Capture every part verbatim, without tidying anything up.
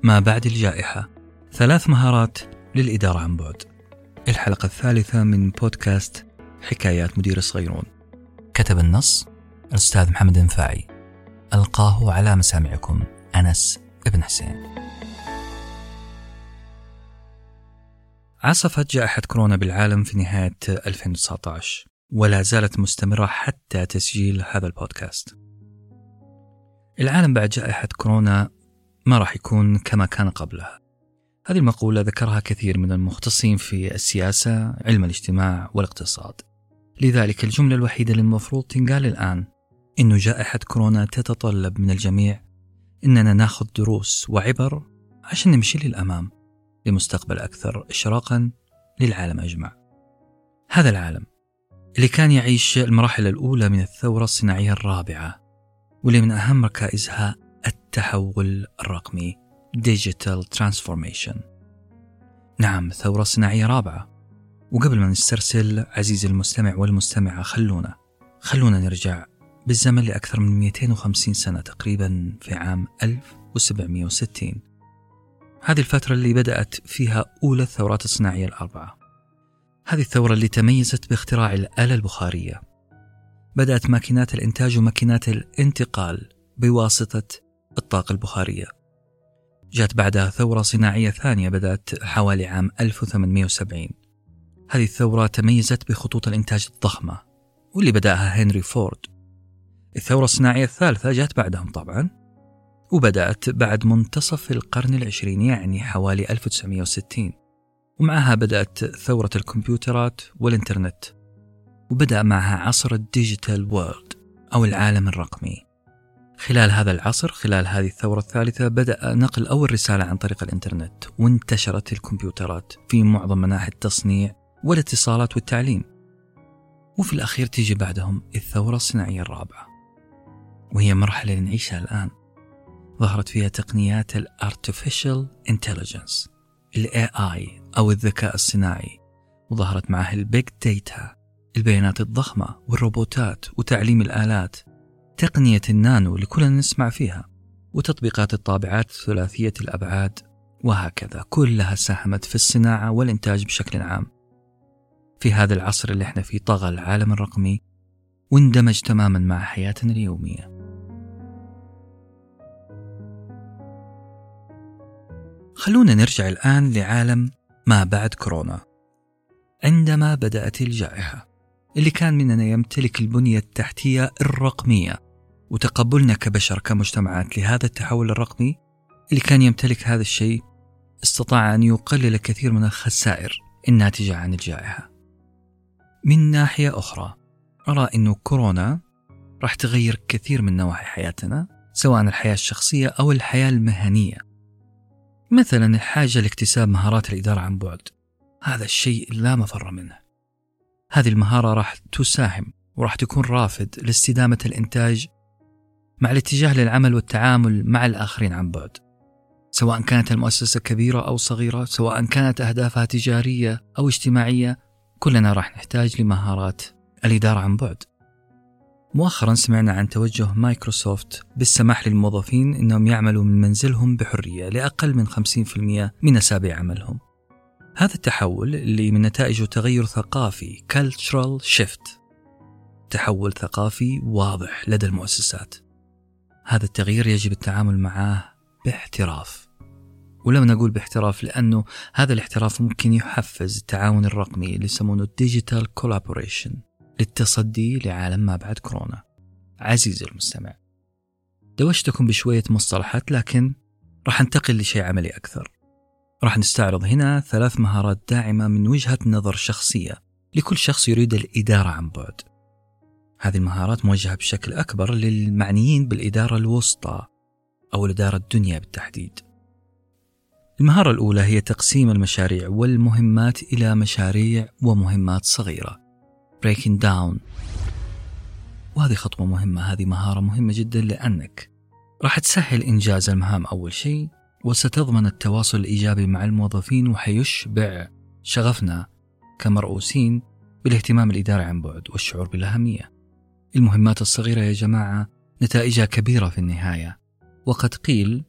ما بعد الجائحة، ثلاث مهارات للإدارة عن بعد. الحلقة الثالثة من بودكاست حكايات مدير صغيرون. كتب النص الأستاذ محمد النفاعي، ألقاه على مسامعكم أنس ابن حسين. عصفت جائحة كورونا بالعالم في نهاية ألفين وتسعة عشر ولا زالت مستمرة حتى تسجيل هذا البودكاست. العالم بعد جائحة كورونا ما راح يكون كما كان قبلها. هذه المقولة ذكرها كثير من المختصين في السياسة، علم الاجتماع والاقتصاد. لذلك الجملة الوحيدة اللي المفروض تنقال الآن إنه جائحة كورونا تتطلب من الجميع إننا ناخذ دروس وعبر عشان نمشي للأمام لمستقبل أكثر إشراقا للعالم أجمع. هذا العالم اللي كان يعيش المراحل الأولى من الثورة الصناعية الرابعة، واللي من أهم ركائزها التحول الرقمي Digital Transformation. نعم، ثورة صناعية رابعة. وقبل ما نسترسل عزيزي المستمع والمستمعة، خلونا خلونا نرجع بالزمن لأكثر من مئتين وخمسين سنة تقريبا، في عام ألف وسبعمئة وستين. هذه الفترة اللي بدأت فيها أولى الثورات الصناعية الأربعة. هذه الثورة اللي تميزت باختراع الآلة البخارية. بدأت ماكينات الإنتاج وماكينات الانتقال بواسطة الطاقة البخارية. جاءت بعدها ثورة صناعية ثانية بدأت حوالي عام ألف وثمانمئة وسبعين. هذه الثورة تميزت بخطوط الإنتاج الضخمة واللي بدأها هنري فورد. الثورة الصناعية الثالثة جاءت بعدهم طبعا، وبدأت بعد منتصف القرن العشرين، يعني حوالي ألف وتسعمئة وستين، ومعها بدأت ثورة الكمبيوترات والإنترنت، وبدأ معها عصر الديجيتال وورلد أو العالم الرقمي. خلال هذا العصر، خلال هذه الثورة الثالثة، بدأ نقل أول رسالة عن طريق الإنترنت، وانتشرت الكمبيوترات في معظم مناحي التصنيع والاتصالات والتعليم. وفي الأخير تيجي بعدهم الثورة الصناعية الرابعة، وهي مرحلة نعيشها الآن. ظهرت فيها تقنيات ال Artificial Intelligence، ال إيه آي أو الذكاء الصناعي، وظهرت معها ال Big Data، البيانات الضخمة والروبوتات وتعليم الآلات، تقنية النانو اللي كلنا نسمع فيها، وتطبيقات الطابعات ثلاثية الأبعاد، وهكذا. كلها ساهمت في الصناعة والإنتاج بشكل عام. في هذا العصر اللي احنا فيه طغى العالم الرقمي واندمج تماما مع حياتنا اليومية. خلونا نرجع الآن لعالم ما بعد كورونا. عندما بدأت الجائحة، اللي كان مننا يمتلك البنية التحتية الرقمية وتقبلنا كبشر كمجتمعات لهذا التحول الرقمي اللي كان يمتلك هذا الشيء، استطاع أن يقلل كثير من الخسائر الناتجة عن الجائحة. من ناحية أخرى، أرى أنه كورونا راح تغير كثير من نواحي حياتنا، سواء الحياة الشخصية أو الحياة المهنية. مثلا الحاجة لاكتساب مهارات الإدارة عن بعد، هذا الشيء لا مفر منه. هذه المهارة راح تساهم وراح تكون رافد لاستدامة الإنتاج مع الاتجاه للعمل والتعامل مع الآخرين عن بعد، سواء كانت المؤسسة كبيرة أو صغيرة، سواء كانت أهدافها تجارية أو اجتماعية. كلنا راح نحتاج لمهارات الإدارة عن بعد. مؤخرا سمعنا عن توجه مايكروسوفت بالسماح للموظفين أنهم يعملوا من منزلهم بحرية لأقل من خمسين بالمئة من أسابيع عملهم. هذا التحول اللي من نتائجه تغير ثقافي cultural shift، تحول ثقافي واضح لدى المؤسسات. هذا التغيير يجب التعامل معه باحتراف. ولما نقول باحتراف، لأنه هذا الاحتراف ممكن يحفز التعاون الرقمي اللي يسمونه digital collaboration للتصدي لعالم ما بعد كورونا. عزيزي المستمع، دوشتكم بشوية مصطلحات، لكن راح ننتقل لشيء عملي أكثر. راح نستعرض هنا ثلاث مهارات داعمة من وجهة نظر شخصية لكل شخص يريد الإدارة عن بعد. هذه المهارات موجهة بشكل أكبر للمعنيين بالإدارة الوسطى أو الإدارة الدنيا بالتحديد. المهارة الأولى هي تقسيم المشاريع والمهمات إلى مشاريع ومهمات صغيرة، breaking down. وهذه خطوة مهمة، هذه مهارة مهمة جدا، لأنك راح تسهل إنجاز المهام أول شيء، وستضمن التواصل الإيجابي مع الموظفين، وحيشبع شغفنا كمرؤوسين بالاهتمام الإداري عن بعد والشعور بالأهمية. المهمات الصغيرة يا جماعة نتائجها كبيرة في النهاية، وقد قيل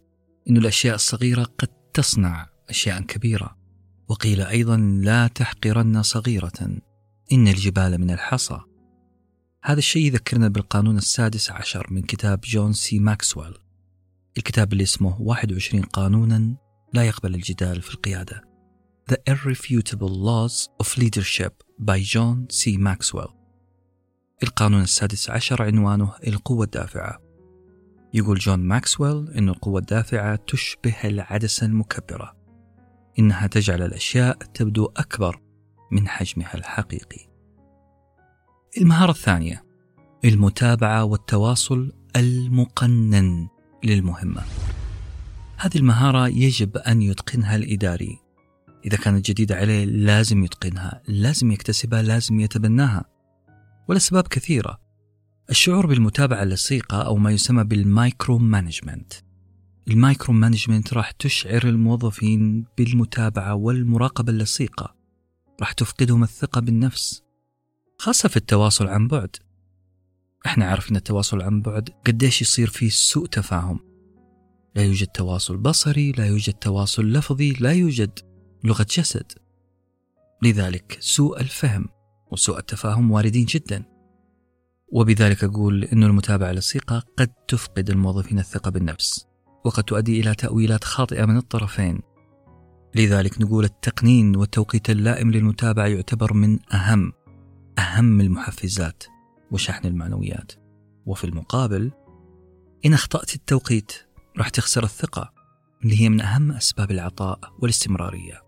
إن الأشياء الصغيرة قد تصنع أشياء كبيرة، وقيل أيضا لا تحقرن صغيرة إن الجبال من الحصى. هذا الشيء يذكرنا بالقانون السادس عشر من كتاب جون سي ماكسويل، الكتاب اللي اسمه واحد وعشرين قانونا لا يقبل الجدال في القيادة، The Irrefutable Laws of Leadership by جون سي ماكسويل. القانون السادس عشر عنوانه القوة الدافعة. يقول جون ماكسويل إن القوة الدافعة تشبه العدسة المكبرة، إنها تجعل الأشياء تبدو أكبر من حجمها الحقيقي. المهارة الثانية المتابعة والتواصل المقنن للمهمة. هذه المهارة يجب أن يتقنها الإداري، إذا كانت جديدة عليه لازم يتقنها، لازم يكتسبها، لازم يتبناها، والأسباب كثيرة. الشعور بالمتابعة اللصيقة أو ما يسمى بالمايكرو مانجمنت. المايكرو مانجمنت راح تشعر الموظفين بالمتابعة والمراقبة اللصيقة، راح تفقدهم الثقة بالنفس، خاصة في التواصل عن بعد. احنا عارفين التواصل عن بعد قديش يصير فيه سوء تفاهم، لا يوجد تواصل بصري، لا يوجد تواصل لفظي، لا يوجد لغة جسد. لذلك سوء الفهم وسوء التفاهم واردين جدا، وبذلك أقول أن المتابعة اللصيقة قد تفقد الموظفين الثقة بالنفس، وقد تؤدي إلى تأويلات خاطئة من الطرفين. لذلك نقول التقنين والتوقيت اللائم للمتابعة يعتبر من أهم أهم المحفزات وشحن المعنويات. وفي المقابل إن أخطأت التوقيت راح تخسر الثقة، اللي هي من أهم أسباب العطاء والاستمرارية.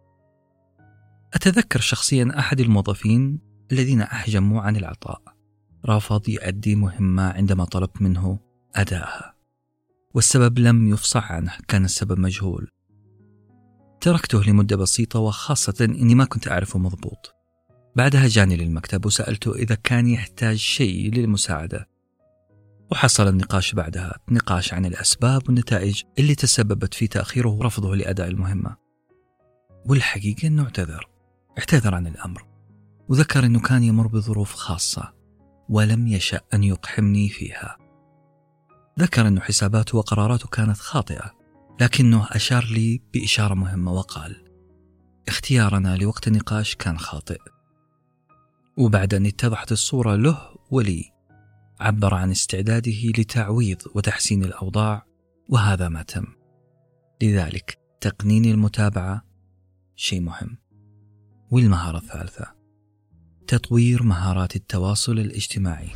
أتذكر شخصيا أحد الموظفين الذين أحجموا عن العطاء، رافض يؤدي مهمة عندما طلبت منه أداءها، والسبب لم يفصح عنه، كان السبب مجهول. تركته لمدة بسيطة، وخاصة أني ما كنت أعرفه مضبوط. بعدها جاني للمكتب وسألته إذا كان يحتاج شيء للمساعدة، وحصل النقاش بعدها، نقاش عن الأسباب والنتائج اللي تسببت في تأخيره ورفضه لأداء المهمة. والحقيقة أنه اعتذر اعتذر عن الأمر، وذكر أنه كان يمر بظروف خاصة ولم يشأ أن يقحمني فيها. ذكر أنه حساباته وقراراته كانت خاطئة، لكنه أشار لي بإشارة مهمة وقال: اختيارنا لوقت النقاش كان خاطئ. وبعد أن اتضحت الصورة له ولي، عبر عن استعداده لتعويض وتحسين الأوضاع، وهذا ما تم. لذلك تقنين المتابعة شيء مهم. والمهارة الثالثة تطوير مهارات التواصل الاجتماعي.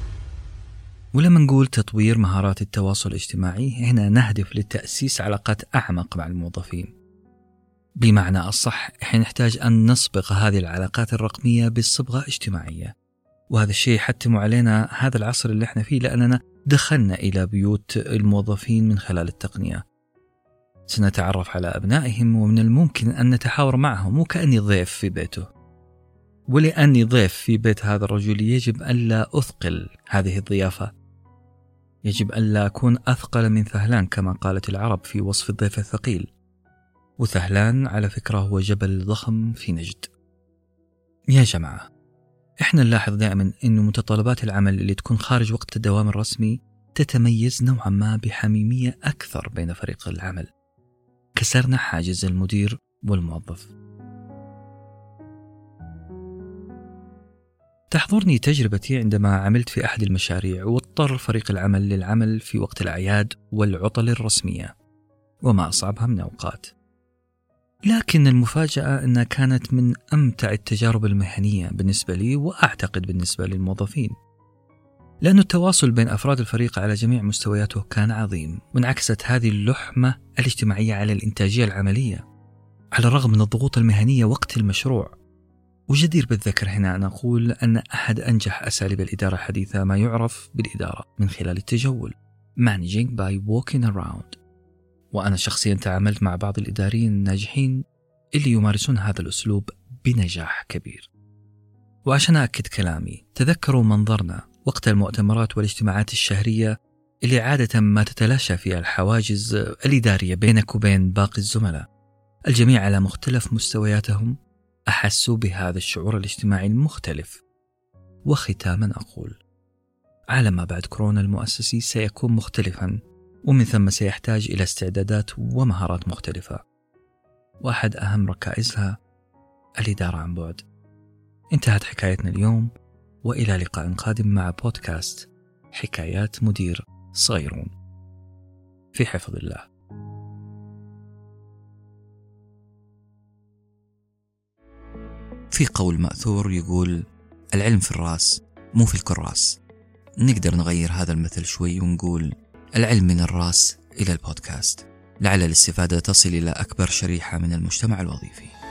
ولما نقول تطوير مهارات التواصل الاجتماعي، هنا نهدف لتأسيس علاقات أعمق مع الموظفين. بمعنى الصح، إحنا نحتاج أن نصبغ هذه العلاقات الرقمية بالصبغة اجتماعية، وهذا الشيء يحتم علينا هذا العصر اللي احنا فيه، لأننا دخلنا إلى بيوت الموظفين من خلال التقنية. سنتعرف على أبنائهم، ومن الممكن أن نتحاور معهم وكأني ضيف في بيته. ولأني ضيف في بيت هذا الرجل يجب ألا أثقل هذه الضيافة، يجب ألا أكون أثقل من ثهلان كما قالت العرب في وصف الضيف الثقيل. وثهلان على فكرة هو جبل ضخم في نجد. يا جماعة، إحنا نلاحظ دائما أن متطلبات العمل اللي تكون خارج وقت الدوام الرسمي تتميز نوعا ما بحميمية أكثر بين فريق العمل. كسرنا حاجز المدير والموظف. تحضرني تجربتي عندما عملت في أحد المشاريع، واضطر فريق العمل للعمل في وقت الأعياد والعطل الرسمية، وما أصعبها من أوقات. لكن المفاجأة أنها كانت من أمتع التجارب المهنية بالنسبة لي، وأعتقد بالنسبة للموظفين، لأن التواصل بين أفراد الفريق على جميع مستوياته كان عظيم، وانعكست هذه اللحمة الاجتماعية على الإنتاجية العملية على الرغم من الضغوط المهنية وقت المشروع. وجدير بالذكر هنا أن أقول أن أحد أنجح أساليب الإدارة الحديثة ما يعرف بالإدارة من خلال التجول، Managing by Walking Around. وأنا شخصيا تعاملت مع بعض الإداريين الناجحين اللي يمارسون هذا الأسلوب بنجاح كبير. وعشان أكد كلامي، تذكروا منظرنا وقت المؤتمرات والاجتماعات الشهرية اللي عادة ما تتلاشى فيها الحواجز الإدارية بينك وبين باقي الزملاء. الجميع على مختلف مستوياتهم أحسوا بهذا الشعور الاجتماعي المختلف. وختاما أقول، عالم ما بعد كورونا المؤسسي سيكون مختلفا ومن ثم سيحتاج إلى استعدادات ومهارات مختلفة، وأحد أهم ركائزها الإدارة عن بعد. انتهت حكايتنا اليوم، وإلى لقاء قادم مع بودكاست حكايات مدير صغيرون. في حفظ الله. في قول مأثور يقول: العلم في الراس مو في الكراس. نقدر نغير هذا المثل شوي ونقول: العلم من الراس إلى البودكاست، لعل الاستفادة تصل إلى أكبر شريحة من المجتمع الوظيفي.